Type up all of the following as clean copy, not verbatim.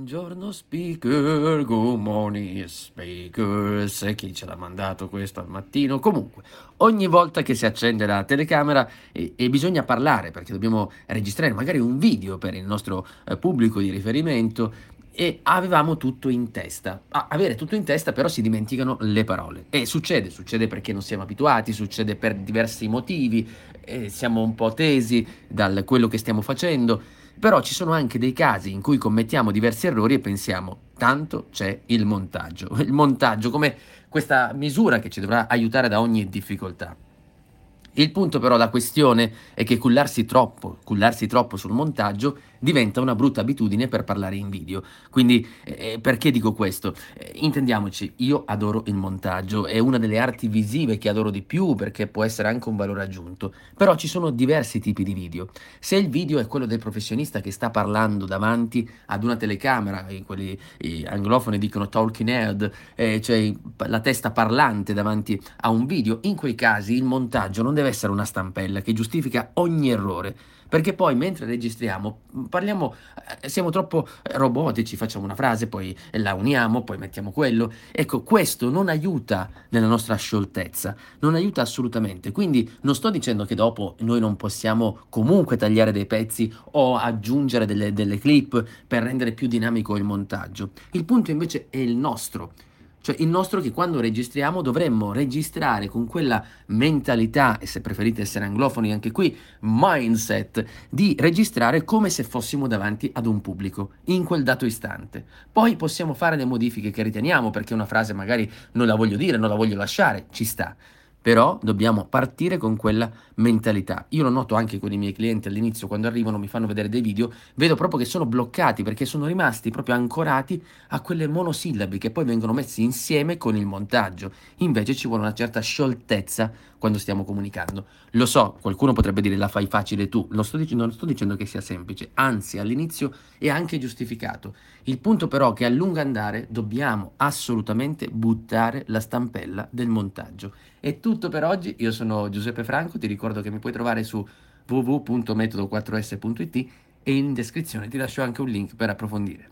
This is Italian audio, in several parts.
Buongiorno speaker, good morning speakers, chi ce l'ha mandato questo al mattino? Comunque, ogni volta che si accende la telecamera e bisogna parlare perché dobbiamo registrare magari un video per il nostro pubblico di riferimento e avevamo tutto in testa. Avere tutto in testa però si dimenticano le parole e succede perché non siamo abituati, succede per diversi motivi, siamo un po' tesi da quello che stiamo facendo. Però ci sono anche dei casi in cui commettiamo diversi errori e pensiamo, tanto c'è il montaggio. Il montaggio come questa misura che ci dovrà aiutare da ogni difficoltà. Il punto però, la questione è che cullarsi troppo sul montaggio diventa una brutta abitudine per parlare in video. Quindi, perché dico questo? Intendiamoci, io adoro il montaggio, è una delle arti visive che adoro di più perché può essere anche un valore aggiunto. Però ci sono diversi tipi di video. Se il video è quello del professionista che sta parlando davanti ad una telecamera, quelli anglofoni dicono talking head, cioè la testa parlante davanti a un video, in quei casi il montaggio non deve essere una stampella che giustifica ogni errore, perché poi mentre registriamo parliamo, siamo troppo robotici, facciamo una frase, poi la uniamo, poi mettiamo quello. Ecco, questo non aiuta nella nostra scioltezza, non aiuta assolutamente. Quindi non sto dicendo che dopo noi non possiamo comunque tagliare dei pezzi o aggiungere delle clip per rendere più dinamico il montaggio. Il punto invece è il nostro. Cioè il nostro, che quando registriamo dovremmo registrare con quella mentalità, e se preferite essere anglofoni anche qui, mindset, di registrare come se fossimo davanti ad un pubblico, in quel dato istante. Poi possiamo fare le modifiche che riteniamo, perché una frase magari non la voglio dire, non la voglio lasciare, ci sta. Però dobbiamo partire con quella mentalità. Io lo noto anche con i miei clienti all'inizio, quando arrivano, mi fanno vedere dei video, vedo proprio che sono bloccati perché sono rimasti proprio ancorati a quelle monosillabi che poi vengono messi insieme con il montaggio. Invece ci vuole una certa scioltezza quando stiamo comunicando. Lo so, qualcuno potrebbe dire la fai facile tu, non sto dicendo che sia semplice, anzi all'inizio è anche giustificato. Il punto però è che a lungo andare dobbiamo assolutamente buttare la stampella del montaggio. È tutto per oggi, io sono Giuseppe Franco, ti ricordo che mi puoi trovare su www.metodo4s.it e in descrizione ti lascio anche un link per approfondire.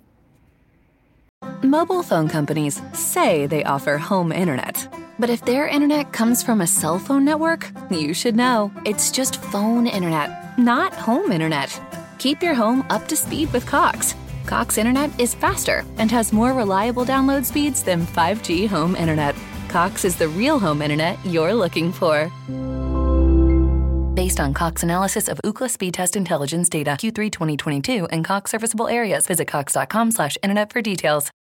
Mobile phone companies say they offer home internet. But if their internet comes from a cell phone network, you should know. It's just phone internet, not home internet. Keep your home up to speed with Cox. Cox internet is faster and has more reliable download speeds than 5G home internet. Cox is the real home internet you're looking for. Based on Cox analysis of Ookla speed test intelligence data Q3 2022 and Cox serviceable areas, visit cox.com/internet for details.